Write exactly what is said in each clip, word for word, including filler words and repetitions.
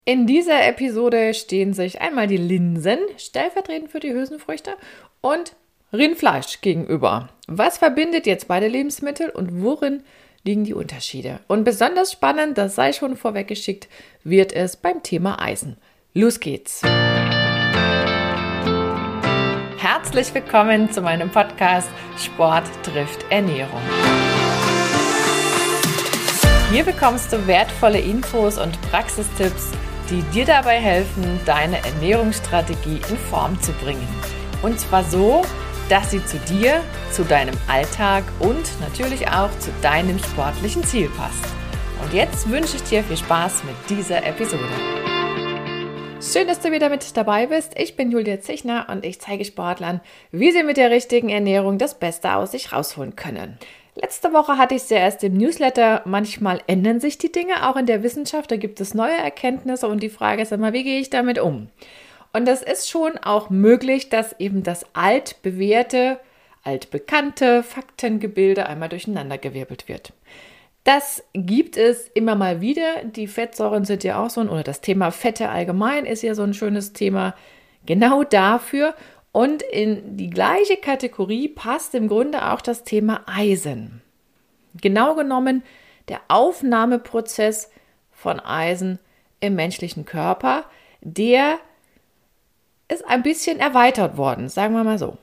In dieser Episode stehen sich einmal die Linsen, stellvertretend für die Hülsenfrüchte, und Rindfleisch gegenüber. Was verbindet jetzt beide Lebensmittel und worin liegen die Unterschiede? Und besonders spannend, das sei schon vorweggeschickt, wird es beim Thema Eisen. Los geht's! Herzlich willkommen zu meinem Podcast Sport trifft Ernährung. Hier bekommst du wertvolle Infos und Praxistipps, die dir dabei helfen, deine Ernährungsstrategie in Form zu bringen. Und zwar so, dass sie zu dir, zu deinem Alltag und natürlich auch zu deinem sportlichen Ziel passt. Und jetzt wünsche ich dir viel Spaß mit dieser Episode. Schön, dass du wieder mit dabei bist. Ich bin Julia Zichner und ich zeige Sportlern, wie sie mit der richtigen Ernährung das Beste aus sich rausholen können. Letzte Woche hatte ich es ja erst im Newsletter, manchmal ändern sich die Dinge, auch in der Wissenschaft, da gibt es neue Erkenntnisse und die Frage ist immer, wie gehe ich damit um? Und das ist schon auch möglich, dass eben das altbewährte, altbekannte Faktengebilde einmal durcheinandergewirbelt wird. Das gibt es immer mal wieder, die Fettsäuren sind ja auch so ein, oder das Thema Fette allgemein ist ja so ein schönes Thema genau dafür. Und in die gleiche Kategorie passt im Grunde auch das Thema Eisen. Genau genommen der Aufnahmeprozess von Eisen im menschlichen Körper, der ist ein bisschen erweitert worden, sagen wir mal so.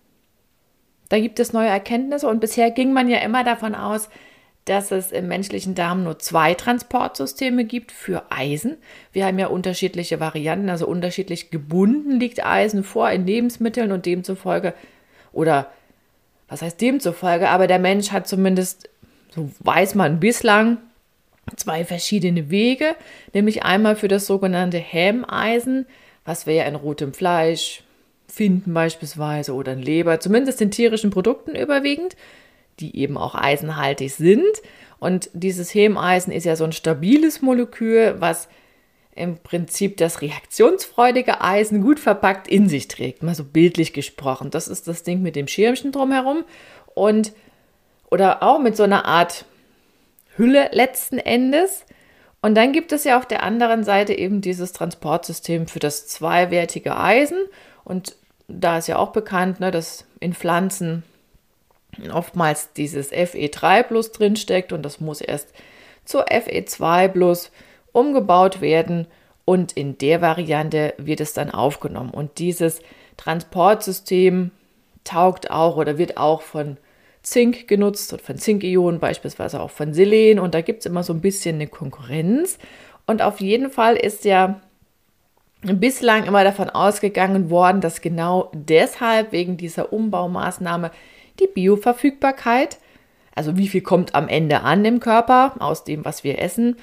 Da gibt es neue Erkenntnisse und bisher ging man ja immer davon aus, dass es im menschlichen Darm nur zwei Transportsysteme gibt für Eisen. Wir haben ja unterschiedliche Varianten, also unterschiedlich gebunden liegt Eisen vor in Lebensmitteln und demzufolge, oder was heißt demzufolge, aber der Mensch hat zumindest, so weiß man bislang, zwei verschiedene Wege, nämlich einmal für das sogenannte Hemmeisen, was wir ja in rotem Fleisch finden beispielsweise oder in Leber, zumindest in tierischen Produkten überwiegend, die eben auch eisenhaltig sind. Und dieses Hemeisen ist ja so ein stabiles Molekül, was im Prinzip das reaktionsfreudige Eisen gut verpackt in sich trägt, mal so bildlich gesprochen. Das ist das Ding mit dem Schirmchen drumherum und oder auch mit so einer Art Hülle letzten Endes. Und dann gibt es ja auf der anderen Seite eben dieses Transportsystem für das zweiwertige Eisen. Und da ist ja auch bekannt, ne, dass in Pflanzen oftmals dieses F E drei plus drinsteckt und das muss erst zur F E zwei plus umgebaut werden und in der Variante wird es dann aufgenommen. Und dieses Transportsystem taugt auch oder wird auch von Zink genutzt und von Zinkionen, beispielsweise auch von Selen, und da gibt es immer so ein bisschen eine Konkurrenz. Und auf jeden Fall ist ja bislang immer davon ausgegangen worden, dass genau deshalb wegen dieser Umbaumaßnahme die Bioverfügbarkeit, also wie viel kommt am Ende an im Körper aus dem, was wir essen,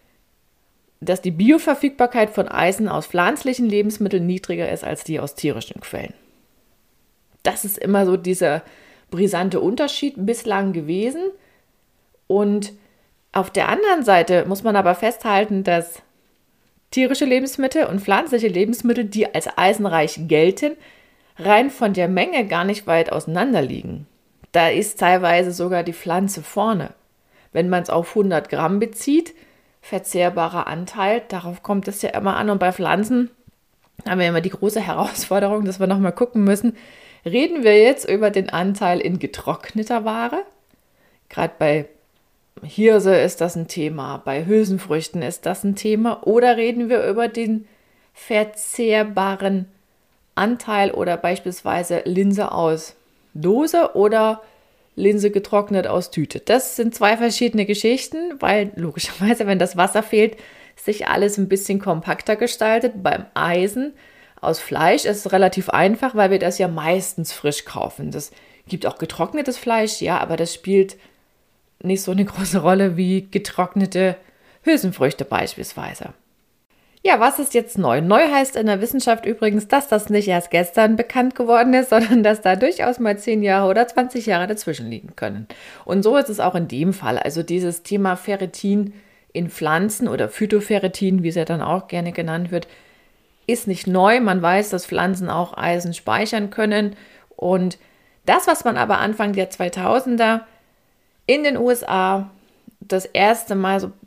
dass die Bioverfügbarkeit von Eisen aus pflanzlichen Lebensmitteln niedriger ist als die aus tierischen Quellen. Das ist immer so dieser brisante Unterschied bislang gewesen. Und auf der anderen Seite muss man aber festhalten, dass tierische Lebensmittel und pflanzliche Lebensmittel, die als eisenreich gelten, rein von der Menge gar nicht weit auseinander liegen. Da ist teilweise sogar die Pflanze vorne. Wenn man es auf hundert Gramm bezieht, verzehrbarer Anteil, darauf kommt es ja immer an. Und bei Pflanzen haben wir immer die große Herausforderung, dass wir nochmal gucken müssen, reden wir jetzt über den Anteil in getrockneter Ware? Gerade bei Hirse ist das ein Thema, bei Hülsenfrüchten ist das ein Thema. Oder reden wir über den verzehrbaren Anteil oder beispielsweise Linse aus Dose oder Linse getrocknet aus Tüte. Das sind zwei verschiedene Geschichten, weil logischerweise, wenn das Wasser fehlt, sich alles ein bisschen kompakter gestaltet. Beim Eisen aus Fleisch ist es relativ einfach, weil wir das ja meistens frisch kaufen. Das gibt auch getrocknetes Fleisch, ja, aber das spielt nicht so eine große Rolle wie getrocknete Hülsenfrüchte beispielsweise. Ja, was ist jetzt neu? Neu heißt in der Wissenschaft übrigens, dass das nicht erst gestern bekannt geworden ist, sondern dass da durchaus mal zehn Jahre oder zwanzig Jahre dazwischen liegen können. Und so ist es auch in dem Fall. Also dieses Thema Ferritin in Pflanzen oder Phytoferritin, wie es ja dann auch gerne genannt wird, ist nicht neu. Man weiß, dass Pflanzen auch Eisen speichern können. Und das, was man aber Anfang der zweitausender in den U S A das erste Mal so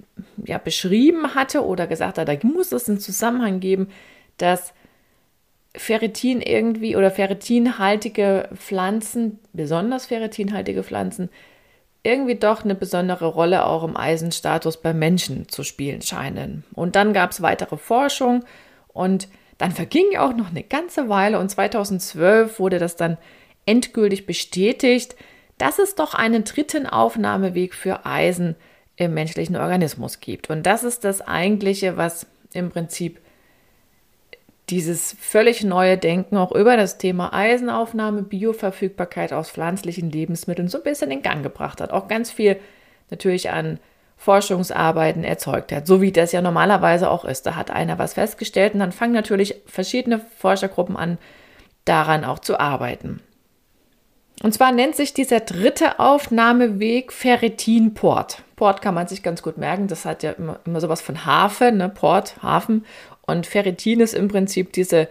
ja, beschrieben hatte oder gesagt hat, da muss es einen Zusammenhang geben, dass Ferritin irgendwie oder ferritinhaltige Pflanzen, besonders ferritinhaltige Pflanzen, irgendwie doch eine besondere Rolle auch im Eisenstatus bei Menschen zu spielen scheinen. Und dann gab es weitere Forschung und dann verging auch noch eine ganze Weile und zweitausendzwölf wurde das dann endgültig bestätigt, dass es doch einen dritten Aufnahmeweg für Eisen im menschlichen Organismus gibt. Und das ist das Eigentliche, was im Prinzip dieses völlig neue Denken auch über das Thema Eisenaufnahme, Bioverfügbarkeit aus pflanzlichen Lebensmitteln so ein bisschen in Gang gebracht hat. Auch ganz viel natürlich an Forschungsarbeiten erzeugt hat, so wie das ja normalerweise auch ist. Da hat einer was festgestellt und dann fangen natürlich verschiedene Forschergruppen an, daran auch zu arbeiten. Und zwar nennt sich dieser dritte Aufnahmeweg Ferritinport. Port kann man sich ganz gut merken, das hat ja immer, immer sowas von Hafen, ne? Port, Hafen. Und Ferritin ist im Prinzip diese,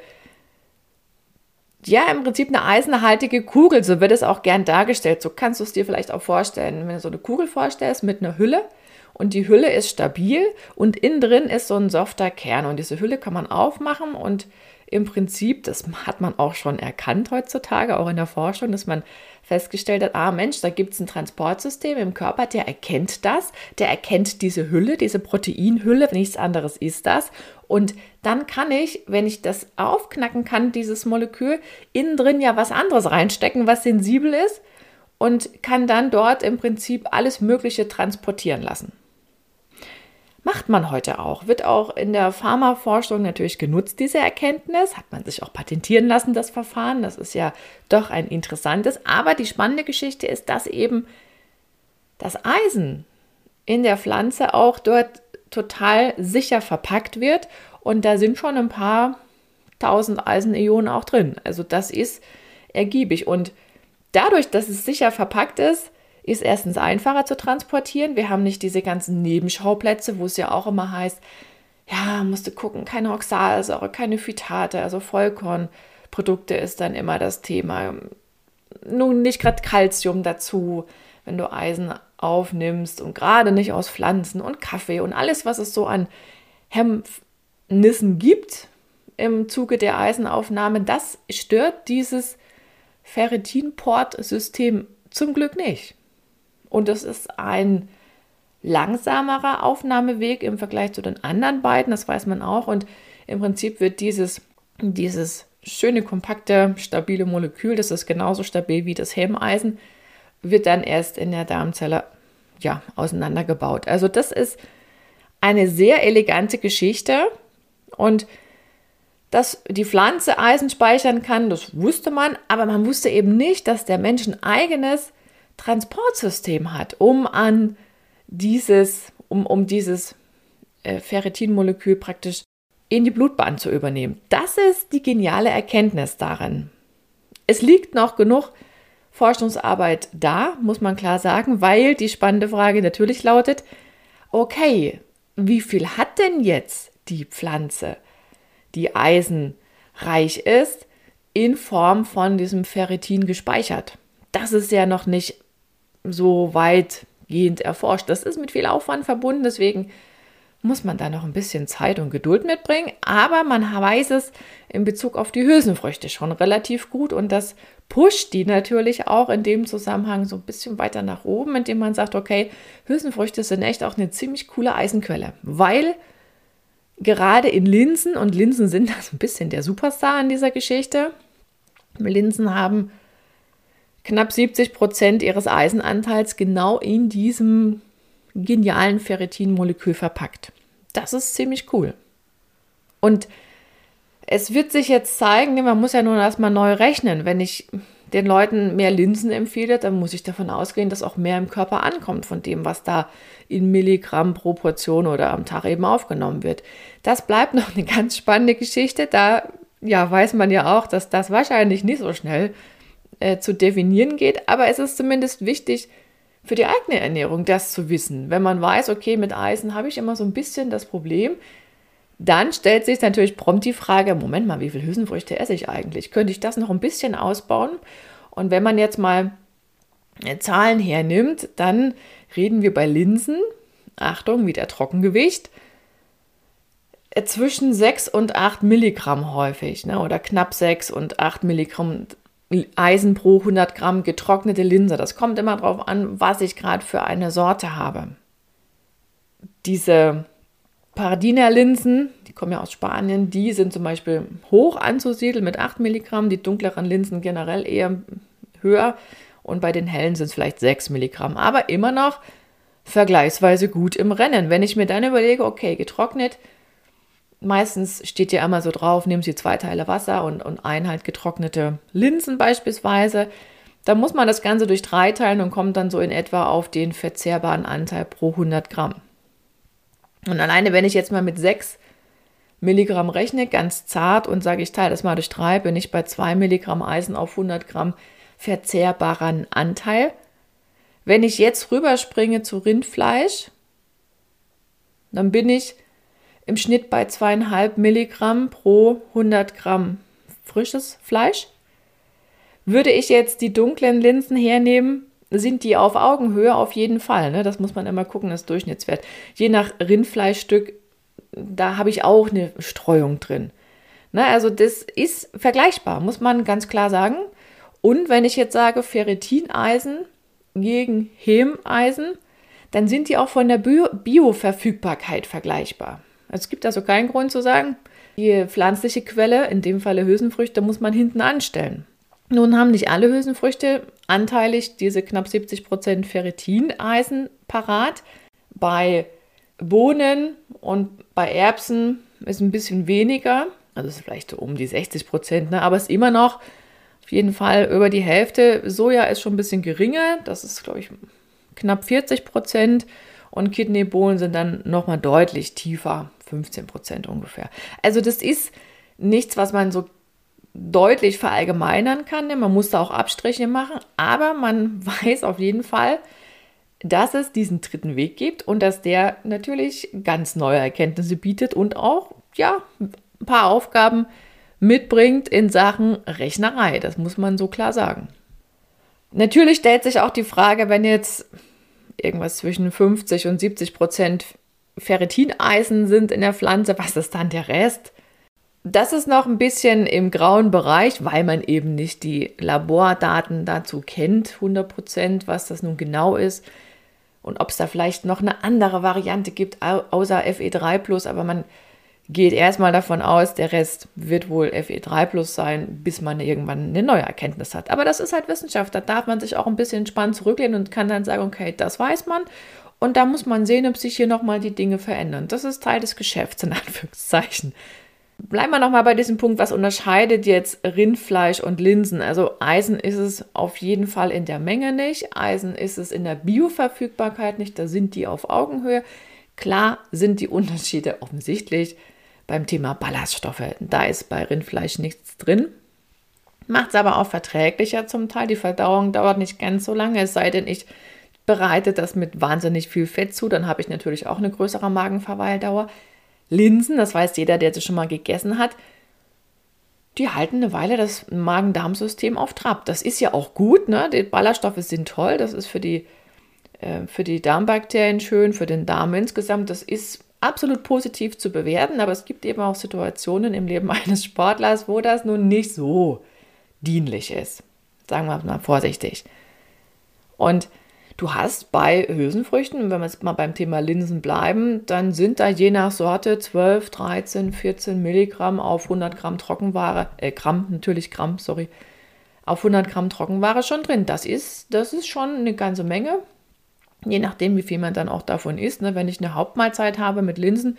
ja, im Prinzip eine eisenhaltige Kugel, so wird es auch gern dargestellt. So kannst du es dir vielleicht auch vorstellen, wenn du so eine Kugel vorstellst mit einer Hülle und die Hülle ist stabil und innen drin ist so ein softer Kern und diese Hülle kann man aufmachen und im Prinzip, das hat man auch schon erkannt heutzutage, auch in der Forschung, dass man festgestellt hat, ah Mensch, da gibt es ein Transportsystem im Körper, der erkennt das, der erkennt diese Hülle, diese Proteinhülle, nichts anderes ist das. Und dann kann ich, wenn ich das aufknacken kann, dieses Molekül, innen drin ja was anderes reinstecken, was sensibel ist und kann dann dort im Prinzip alles Mögliche transportieren lassen. Macht man heute auch, wird auch in der Pharmaforschung natürlich genutzt, diese Erkenntnis, hat man sich auch patentieren lassen, das Verfahren, das ist ja doch ein interessantes, aber die spannende Geschichte ist, dass eben das Eisen in der Pflanze auch dort total sicher verpackt wird und da sind schon ein paar tausend Eisenionen auch drin, also das ist ergiebig und dadurch, dass es sicher verpackt ist, ist erstens einfacher zu transportieren. Wir haben nicht diese ganzen Nebenschauplätze, wo es ja auch immer heißt, ja, musst du gucken, keine Oxalsäure, keine Phytate, also Vollkornprodukte ist dann immer das Thema. Nun nicht gerade Calcium dazu, wenn du Eisen aufnimmst und gerade nicht aus Pflanzen und Kaffee und alles, was es so an Hemmnissen gibt im Zuge der Eisenaufnahme, das stört dieses Ferritinport-System zum Glück nicht. Und das ist ein langsamerer Aufnahmeweg im Vergleich zu den anderen beiden, das weiß man auch. Und im Prinzip wird dieses, dieses schöne, kompakte, stabile Molekül, das ist genauso stabil wie das Hemmeisen, wird dann erst in der Darmzelle ja, auseinandergebaut. Also das ist eine sehr elegante Geschichte und dass die Pflanze Eisen speichern kann, das wusste man, aber man wusste eben nicht, dass der Mensch ein eigenes Transportsystem hat, um an dieses, um, um dieses äh, Ferritinmolekül praktisch in die Blutbahn zu übernehmen. Das ist die geniale Erkenntnis darin. Es liegt noch genug Forschungsarbeit da, muss man klar sagen, weil die spannende Frage natürlich lautet, okay, wie viel hat denn jetzt die Pflanze, die eisenreich ist, in Form von diesem Ferritin gespeichert? Das ist ja noch nicht so weitgehend erforscht. Das ist mit viel Aufwand verbunden, deswegen muss man da noch ein bisschen Zeit und Geduld mitbringen. Aber man weiß es in Bezug auf die Hülsenfrüchte schon relativ gut und das pusht die natürlich auch in dem Zusammenhang so ein bisschen weiter nach oben, indem man sagt, okay, Hülsenfrüchte sind echt auch eine ziemlich coole Eisenquelle, weil gerade in Linsen, und Linsen sind da so ein bisschen der Superstar in dieser Geschichte, Linsen haben knapp siebzig Prozent ihres Eisenanteils genau in diesem genialen Ferritinmolekül verpackt. Das ist ziemlich cool. Und es wird sich jetzt zeigen, man muss ja nur erstmal neu rechnen. Wenn ich den Leuten mehr Linsen empfehle, dann muss ich davon ausgehen, dass auch mehr im Körper ankommt von dem, was da in Milligramm pro Portion oder am Tag eben aufgenommen wird. Das bleibt noch eine ganz spannende Geschichte. Da ja, weiß man ja auch, dass das wahrscheinlich nicht so schnell äh, zu definieren geht. Aber es ist zumindest wichtig für die eigene Ernährung, das zu wissen. Wenn man weiß, okay, mit Eisen habe ich immer so ein bisschen das Problem, dann stellt sich natürlich prompt die Frage, Moment mal, wie viel Hülsenfrüchte esse ich eigentlich? Könnte ich das noch ein bisschen ausbauen? Und wenn man jetzt mal Zahlen hernimmt, dann reden wir bei Linsen Achtung, wieder Trockengewicht, zwischen sechs und acht Milligramm häufig, ne? Oder knapp sechs und acht Milligramm Eisen pro hundert Gramm getrocknete Linse. Das kommt immer darauf an, was ich gerade für eine Sorte habe. Diese Paradina-Linsen, die kommen ja aus Spanien, die sind zum Beispiel hoch anzusiedeln mit acht Milligramm, die dunkleren Linsen generell eher höher und bei den hellen sind es vielleicht sechs Milligramm, aber immer noch vergleichsweise gut im Rennen. Wenn ich mir dann überlege, okay, getrocknet, meistens steht ja immer so drauf, nehmen Sie zwei Teile Wasser und, und ein halt getrocknete Linsen beispielsweise, dann muss man das Ganze durch drei teilen und kommt dann so in etwa auf den verzehrbaren Anteil pro hundert Gramm. Und alleine, wenn ich jetzt mal mit sechs Milligramm rechne, ganz zart und sage, ich teile das mal durch drei, bin ich bei zwei Milligramm Eisen auf hundert Gramm verzehrbaren Anteil. Wenn ich jetzt rüberspringe zu Rindfleisch, dann bin ich im Schnitt bei zweieinhalb Milligramm pro hundert Gramm frisches Fleisch. Würde ich jetzt die dunklen Linsen hernehmen, sind die auf Augenhöhe auf jeden Fall. Ne? Das muss man immer gucken, das Durchschnittswert. Je nach Rindfleischstück, da habe ich auch eine Streuung drin. Ne? Also das ist vergleichbar, muss man ganz klar sagen. Und wenn ich jetzt sage Ferritineisen gegen Hemeisen, dann sind die auch von der Bio- Bioverfügbarkeit vergleichbar. Also es gibt also keinen Grund zu sagen, die pflanzliche Quelle, in dem Falle Hülsenfrüchte, muss man hinten anstellen. Nun haben nicht alle Hülsenfrüchte anteilig diese knapp siebzig Prozent Ferritineisen parat. Bei Bohnen und bei Erbsen ist ein bisschen weniger, also es ist vielleicht so um die sechzig Prozent, ne? Aber es ist immer noch auf jeden Fall über die Hälfte. Soja ist schon ein bisschen geringer, das ist, glaube ich, knapp vierzig Prozent und Kidneybohnen sind dann nochmal deutlich tiefer, fünfzehn Prozent ungefähr. Also das ist nichts, was man so deutlich verallgemeinern kann. Man muss da auch Abstriche machen, aber man weiß auf jeden Fall, dass es diesen dritten Weg gibt und dass der natürlich ganz neue Erkenntnisse bietet und auch ja, ein paar Aufgaben mitbringt in Sachen Rechnerei. Das muss man so klar sagen. Natürlich stellt sich auch die Frage, wenn jetzt irgendwas zwischen fünfzig und siebzig Prozent Ferritineisen sind in der Pflanze, was ist dann der Rest? Das ist noch ein bisschen im grauen Bereich, weil man eben nicht die Labordaten dazu kennt, hundert Prozent, was das nun genau ist und ob es da vielleicht noch eine andere Variante gibt, außer F E drei plus, aber man geht erstmal davon aus, der Rest wird wohl F E drei plus sein, bis man irgendwann eine neue Erkenntnis hat. Aber das ist halt Wissenschaft, da darf man sich auch ein bisschen entspannt zurücklehnen und kann dann sagen, okay, das weiß man und da muss man sehen, ob sich hier nochmal die Dinge verändern. Das ist Teil des Geschäfts, in Anführungszeichen. Bleiben wir nochmal bei diesem Punkt, was unterscheidet jetzt Rindfleisch und Linsen? Also Eisen ist es auf jeden Fall in der Menge nicht, Eisen ist es in der Bioverfügbarkeit nicht, da sind die auf Augenhöhe. Klar sind die Unterschiede offensichtlich beim Thema Ballaststoffe. Da ist bei Rindfleisch nichts drin, macht es aber auch verträglicher zum Teil. Die Verdauung dauert nicht ganz so lange, es sei denn, ich bereite das mit wahnsinnig viel Fett zu, dann habe ich natürlich auch eine größere Magenverweildauer. Linsen, das weiß jeder, der sie schon mal gegessen hat, die halten eine Weile das Magen-Darm-System auf Trab. Das ist ja auch gut, ne? Die Ballaststoffe sind toll, das ist für die, äh, für die Darmbakterien schön, für den Darm insgesamt. Das ist absolut positiv zu bewerten, aber es gibt eben auch Situationen im Leben eines Sportlers, wo das nun nicht so dienlich ist. Sagen wir mal vorsichtig. Und du hast bei Hülsenfrüchten, wenn wir jetzt mal beim Thema Linsen bleiben, dann sind da je nach Sorte zwölf, dreizehn, vierzehn Milligramm auf hundert Gramm Trockenware, äh Gramm, natürlich Gramm, sorry, auf hundert Gramm Trockenware schon drin. Das ist, das ist schon eine ganze Menge, je nachdem, wie viel man dann auch davon isst. Ne? Wenn ich eine Hauptmahlzeit habe mit Linsen,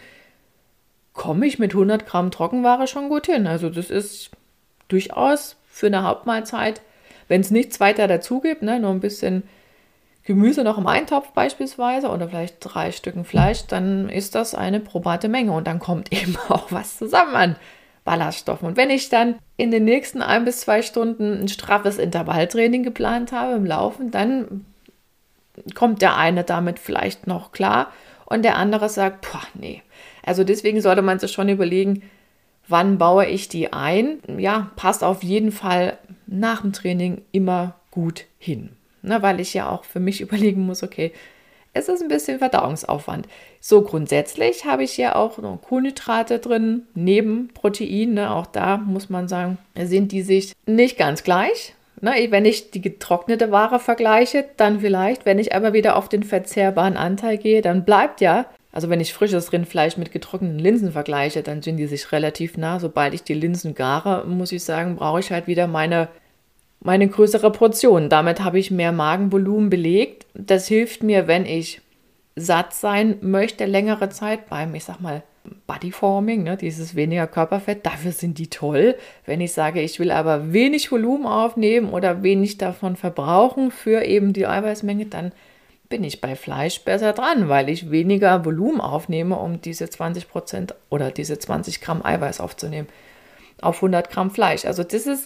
komme ich mit hundert Gramm Trockenware schon gut hin. Also das ist durchaus für eine Hauptmahlzeit, wenn es nichts weiter dazu gibt, ne, nur ein bisschen Gemüse noch im Eintopf beispielsweise oder vielleicht drei Stücken Fleisch, dann ist das eine probate Menge und dann kommt eben auch was zusammen an Ballaststoffen. Und wenn ich dann in den nächsten ein bis zwei Stunden ein straffes Intervalltraining geplant habe im Laufen, dann kommt der eine damit vielleicht noch klar und der andere sagt, boah, nee. Also deswegen sollte man sich schon überlegen, wann baue ich die ein? Ja, passt auf jeden Fall nach dem Training immer gut hin. Ne, weil ich ja auch für mich überlegen muss, okay, es ist ein bisschen Verdauungsaufwand. So grundsätzlich habe ich ja auch noch Kohlenhydrate drin, neben Protein. Ne? Auch da muss man sagen, sind die sich nicht ganz gleich. Ne? Wenn ich die getrocknete Ware vergleiche, dann vielleicht. Wenn ich aber wieder auf den verzehrbaren Anteil gehe, dann bleibt ja, also wenn ich frisches Rindfleisch mit getrockneten Linsen vergleiche, dann sind die sich relativ nah. Sobald ich die Linsen gare, muss ich sagen, brauche ich halt wieder meine meine größere Portion. Damit habe ich mehr Magenvolumen belegt. Das hilft mir, wenn ich satt sein möchte, längere Zeit beim, ich sag mal, Bodyforming, ne, dieses weniger Körperfett. Dafür sind die toll. Wenn ich sage, ich will aber wenig Volumen aufnehmen oder wenig davon verbrauchen für eben die Eiweißmenge, dann bin ich bei Fleisch besser dran, weil ich weniger Volumen aufnehme, um diese zwanzig Prozent oder diese zwanzig Gramm Eiweiß aufzunehmen auf hundert Gramm Fleisch. Also das ist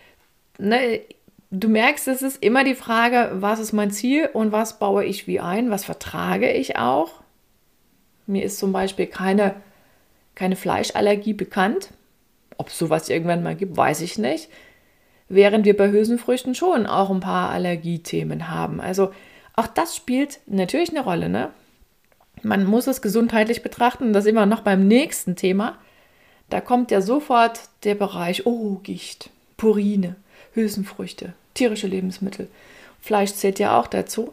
Ne, du merkst, es ist immer die Frage, was ist mein Ziel und was baue ich wie ein, was vertrage ich auch. Mir ist zum Beispiel keine, keine Fleischallergie bekannt. Ob es sowas irgendwann mal gibt, weiß ich nicht. Während wir bei Hülsenfrüchten schon auch ein paar Allergiethemen haben. Also auch das spielt natürlich eine Rolle. Ne? Man muss es gesundheitlich betrachten. Da sind wir noch beim nächsten Thema. Da kommt ja sofort der Bereich, oh, Gicht, Purine. Hülsenfrüchte, tierische Lebensmittel. Fleisch zählt ja auch dazu.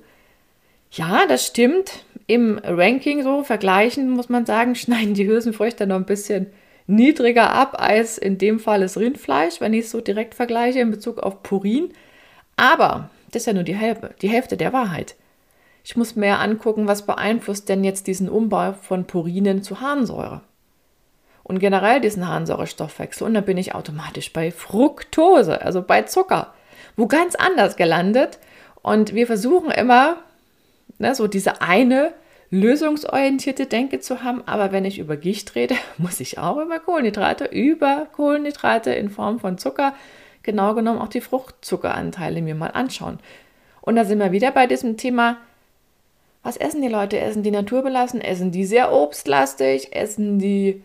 Ja, das stimmt. Im Ranking so vergleichen, muss man sagen, schneiden die Hülsenfrüchte noch ein bisschen niedriger ab als in dem Fall das Rindfleisch, wenn ich es so direkt vergleiche in Bezug auf Purin. Aber das ist ja nur die Hälfte, die Hälfte der Wahrheit. Ich muss mir angucken, was beeinflusst denn jetzt diesen Umbau von Purinen zu Harnsäure. Und generell diesen Harnsäurestoffwechsel. Und da bin ich automatisch bei Fructose, also bei Zucker, wo ganz anders gelandet. Und wir versuchen immer, ne, so diese eine lösungsorientierte Denke zu haben. Aber wenn ich über Gicht rede, muss ich auch über Kohlenhydrate, über Kohlenhydrate in Form von Zucker, genau genommen auch die Fruchtzuckeranteile mir mal anschauen. Und da sind wir wieder bei diesem Thema, was essen die Leute? Essen die naturbelassen? Essen die sehr obstlastig? Essen die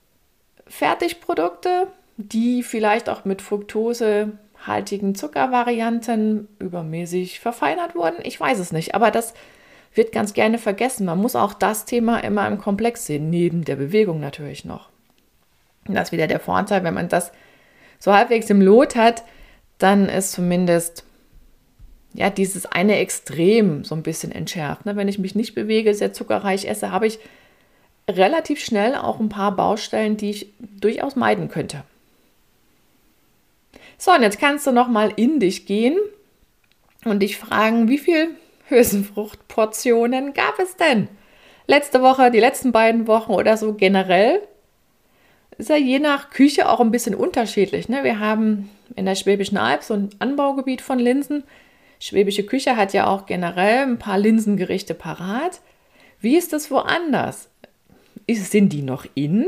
Fertigprodukte, die vielleicht auch mit fruktosehaltigen Zuckervarianten übermäßig verfeinert wurden. Ich weiß es nicht, aber das wird ganz gerne vergessen. Man muss auch das Thema immer im Komplex sehen, neben der Bewegung natürlich noch. Und das ist wieder der Vorteil, wenn man das so halbwegs im Lot hat, dann ist zumindest ja dieses eine Extrem so ein bisschen entschärft. Ne? Wenn ich mich nicht bewege, sehr zuckerreich esse, habe ich relativ schnell auch ein paar Baustellen, die ich durchaus meiden könnte. So, und jetzt kannst du noch mal in dich gehen und dich fragen, wie viel Hülsenfruchtportionen gab es denn? Letzte Woche, die letzten beiden Wochen oder so generell? Ist ja je nach Küche auch ein bisschen unterschiedlich. Ne? Wir haben in der Schwäbischen Alb so ein Anbaugebiet von Linsen. Schwäbische Küche hat ja auch generell ein paar Linsengerichte parat. Wie ist das woanders? Sind die noch in?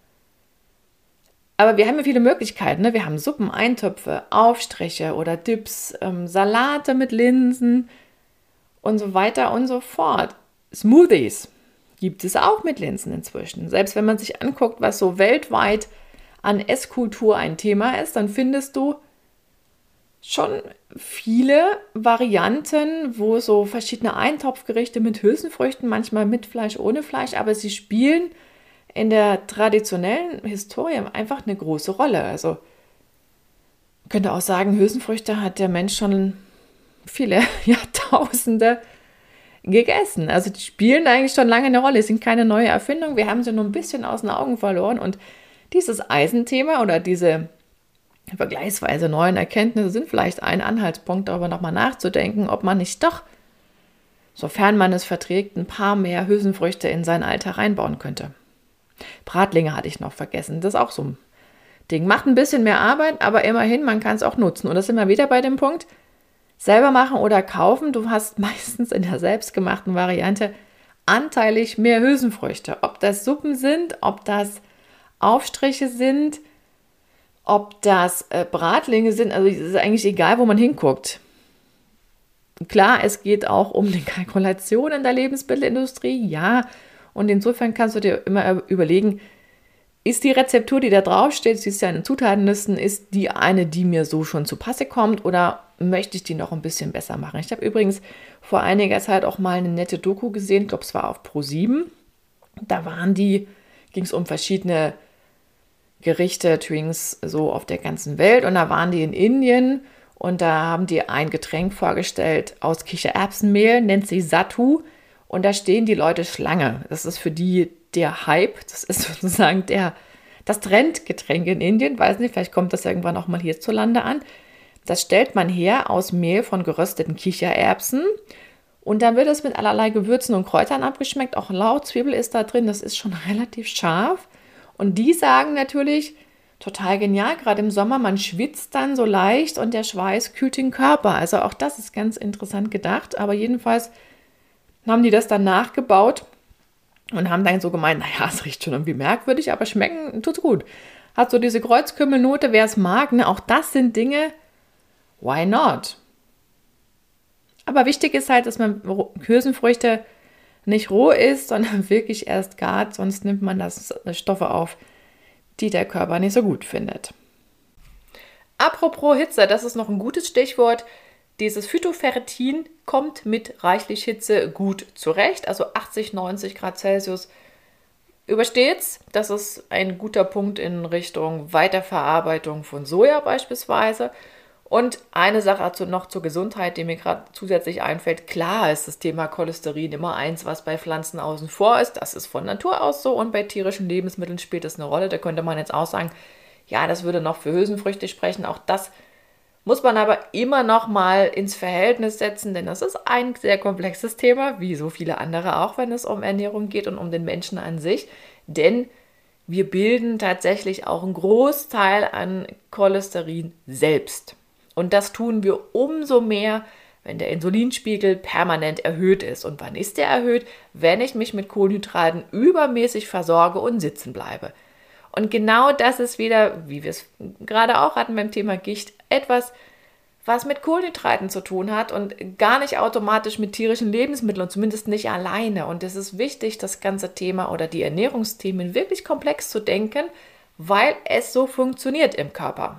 Aber wir haben ja viele Möglichkeiten. Ne? Wir haben Suppen, Eintöpfe, Aufstriche oder Dips, ähm, Salate mit Linsen und so weiter und so fort. Smoothies gibt es auch mit Linsen inzwischen. Selbst wenn man sich anguckt, was so weltweit an Esskultur ein Thema ist, dann findest du schon viele Varianten, wo so verschiedene Eintopfgerichte mit Hülsenfrüchten, manchmal mit Fleisch, ohne Fleisch, aber sie spielen in der traditionellen Historie einfach eine große Rolle. Also man könnte auch sagen, Hülsenfrüchte hat der Mensch schon viele Jahrtausende gegessen. Also die spielen eigentlich schon lange eine Rolle, sind keine neue Erfindung, wir haben sie nur ein bisschen aus den Augen verloren und dieses Eisenthema oder diese vergleichsweise neuen Erkenntnisse sind vielleicht ein Anhaltspunkt, darüber nochmal nachzudenken, ob man nicht doch, sofern man es verträgt, ein paar mehr Hülsenfrüchte in sein Alltag reinbauen könnte. Bratlinge hatte ich noch vergessen, das ist auch so ein Ding. Macht ein bisschen mehr Arbeit, aber immerhin, man kann es auch nutzen. Und das sind wir wieder bei dem Punkt, selber machen oder kaufen. Du hast meistens in der selbstgemachten Variante anteilig mehr Hülsenfrüchte. Ob das Suppen sind, ob das Aufstriche sind, ob das äh, Bratlinge sind, also es ist eigentlich egal, wo man hinguckt. Klar, es geht auch um die Kalkulation in der Lebensmittelindustrie, ja, und insofern kannst du dir immer überlegen, ist die Rezeptur, die da draufsteht, sie ist ja in den Zutatenlisten, ist die eine, die mir so schon zu Passe kommt oder möchte ich die noch ein bisschen besser machen. Ich habe übrigens vor einiger Zeit auch mal eine nette Doku gesehen, ich glaube, es war auf Pro sieben. Da waren die, ging es um verschiedene Gerichte, Drinks so auf der ganzen Welt und da waren die in Indien und da haben die ein Getränk vorgestellt aus Kichererbsenmehl, nennt sich Sattu und da stehen die Leute Schlange. Das ist für die der Hype, das ist sozusagen der, das Trendgetränk in Indien, weiß nicht, vielleicht kommt das irgendwann auch mal hierzulande an. Das stellt man her aus Mehl von gerösteten Kichererbsen und dann wird es mit allerlei Gewürzen und Kräutern abgeschmeckt. Auch Lautzwiebel ist da drin, das ist schon relativ scharf. Und die sagen natürlich, total genial, gerade im Sommer, man schwitzt dann so leicht und der Schweiß kühlt den Körper. Also auch das ist ganz interessant gedacht. Aber jedenfalls haben die das dann nachgebaut und haben dann so gemeint, naja, es riecht schon irgendwie merkwürdig, aber schmecken tut's gut. Hat so diese Kreuzkümmelnote, wer es mag, ne? Auch das sind Dinge, why not? Aber wichtig ist halt, dass man Hülsenfrüchte nicht roh isst, sondern wirklich erst gart, sonst nimmt man das Stoffe auf, die der Körper nicht so gut findet. Apropos Hitze, das ist noch ein gutes Stichwort. Dieses Phytoferritin kommt mit reichlich Hitze gut zurecht, also achtzig, neunzig Grad Celsius übersteht's. Das ist ein guter Punkt in Richtung Weiterverarbeitung von Soja beispielsweise. Und eine Sache noch zur Gesundheit, die mir gerade zusätzlich einfällt. Klar ist das Thema Cholesterin immer eins, was bei Pflanzen außen vor ist. Das ist von Natur aus so und bei tierischen Lebensmitteln spielt das eine Rolle. Da könnte man jetzt auch sagen, ja, das würde noch für Hülsenfrüchte sprechen. Auch das muss man aber immer noch mal ins Verhältnis setzen, denn das ist ein sehr komplexes Thema, wie so viele andere auch, wenn es um Ernährung geht und um den Menschen an sich. Denn wir bilden tatsächlich auch einen Großteil an Cholesterin selbst. Und das tun wir umso mehr, wenn der Insulinspiegel permanent erhöht ist. Und wann ist der erhöht? Wenn ich mich mit Kohlenhydraten übermäßig versorge und sitzen bleibe. Und genau das ist wieder, wie wir es gerade auch hatten beim Thema Gicht, etwas, was mit Kohlenhydraten zu tun hat und gar nicht automatisch mit tierischen Lebensmitteln und zumindest nicht alleine. Und es ist wichtig, das ganze Thema oder die Ernährungsthemen wirklich komplex zu denken, weil es so funktioniert im Körper.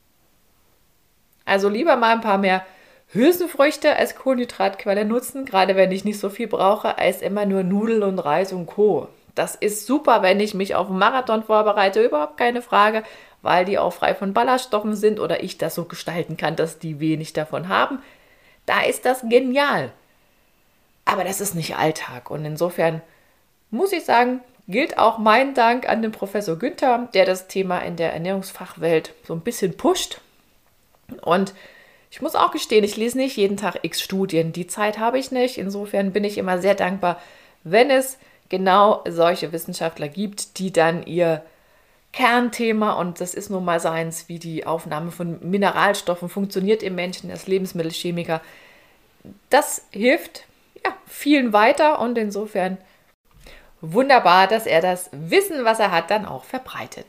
Also lieber mal ein paar mehr Hülsenfrüchte als Kohlenhydratquelle nutzen, gerade wenn ich nicht so viel brauche, als immer nur Nudeln und Reis und Co. Das ist super, wenn ich mich auf einen Marathon vorbereite, überhaupt keine Frage, weil die auch frei von Ballaststoffen sind oder ich das so gestalten kann, dass die wenig davon haben. Da ist das genial. Aber das ist nicht Alltag und insofern muss ich sagen, gilt auch mein Dank an den Professor Günther, der das Thema in der Ernährungsfachwelt so ein bisschen pusht. Und ich muss auch gestehen, ich lese nicht jeden Tag x Studien. Die Zeit habe ich nicht. Insofern bin ich immer sehr dankbar, wenn es genau solche Wissenschaftler gibt, die dann ihr Kernthema, und das ist nun mal seins, wie die Aufnahme von Mineralstoffen funktioniert im Menschen, als Lebensmittelchemiker, das hilft ja, vielen weiter und insofern wunderbar, dass er das Wissen, was er hat, dann auch verbreitet.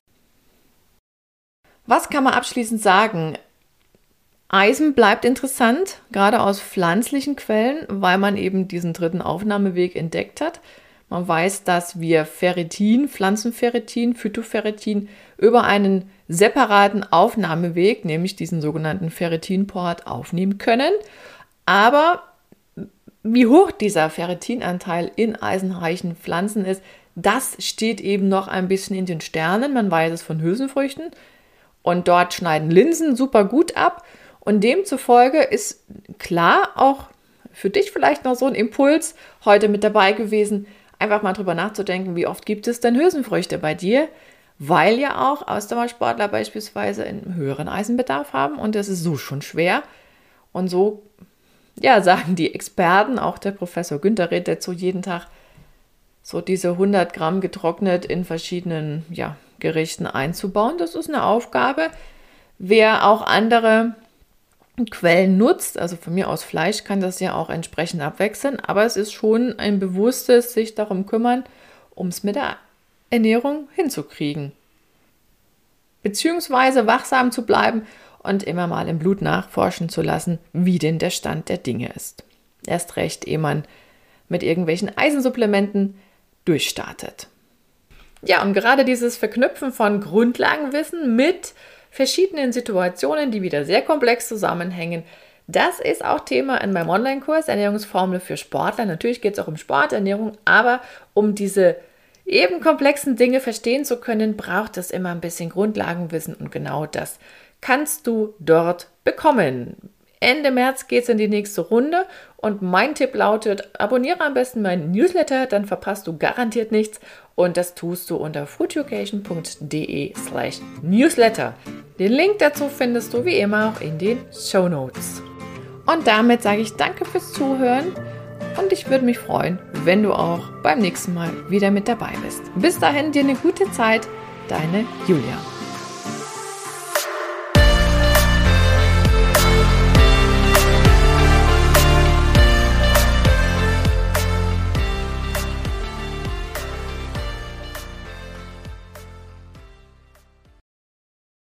Was kann man abschließend sagen? Eisen bleibt interessant, gerade aus pflanzlichen Quellen, weil man eben diesen dritten Aufnahmeweg entdeckt hat. Man weiß, dass wir Ferritin, Pflanzenferritin, Phytoferritin über einen separaten Aufnahmeweg, nämlich diesen sogenannten Ferritinport, aufnehmen können. Aber wie hoch dieser Ferritinanteil in eisenreichen Pflanzen ist, das steht eben noch ein bisschen in den Sternen. Man weiß es von Hülsenfrüchten und dort schneiden Linsen super gut ab. Und demzufolge ist klar auch für dich vielleicht noch so ein Impuls heute mit dabei gewesen, einfach mal drüber nachzudenken, wie oft gibt es denn Hülsenfrüchte bei dir, weil ja auch Ausdauersportler beispielsweise einen höheren Eisenbedarf haben und das ist so schon schwer. Und so, ja, sagen die Experten, auch der Professor Günther rät dazu jeden Tag, so diese hundert Gramm getrocknet in verschiedenen ja, Gerichten einzubauen. Das ist eine Aufgabe. Wer auch andere Quellen nutzt, also von mir aus Fleisch, kann das ja auch entsprechend abwechseln, aber es ist schon ein bewusstes sich darum kümmern, um es mit der Ernährung hinzukriegen. Beziehungsweise wachsam zu bleiben und immer mal im Blut nachforschen zu lassen, wie denn der Stand der Dinge ist. Erst recht, ehe man mit irgendwelchen Eisensupplementen durchstartet. Ja, und gerade dieses Verknüpfen von Grundlagenwissen mit verschiedenen Situationen, die wieder sehr komplex zusammenhängen, Das ist auch Thema in meinem Online-Kurs Ernährungsformel für Sportler. Natürlich geht es auch um Sporternährung, aber um diese eben komplexen Dinge verstehen zu können, braucht es immer ein bisschen Grundlagenwissen und genau das kannst du dort bekommen. Ende März geht es in die nächste Runde und mein Tipp lautet, abonniere am besten meinen Newsletter, dann verpasst du garantiert nichts und das tust du unter fruitucation.de slash newsletter. Den Link dazu findest du wie immer auch in den Shownotes. Und damit sage ich danke fürs Zuhören und ich würde mich freuen, wenn du auch beim nächsten Mal wieder mit dabei bist. Bis dahin dir eine gute Zeit, deine Julia.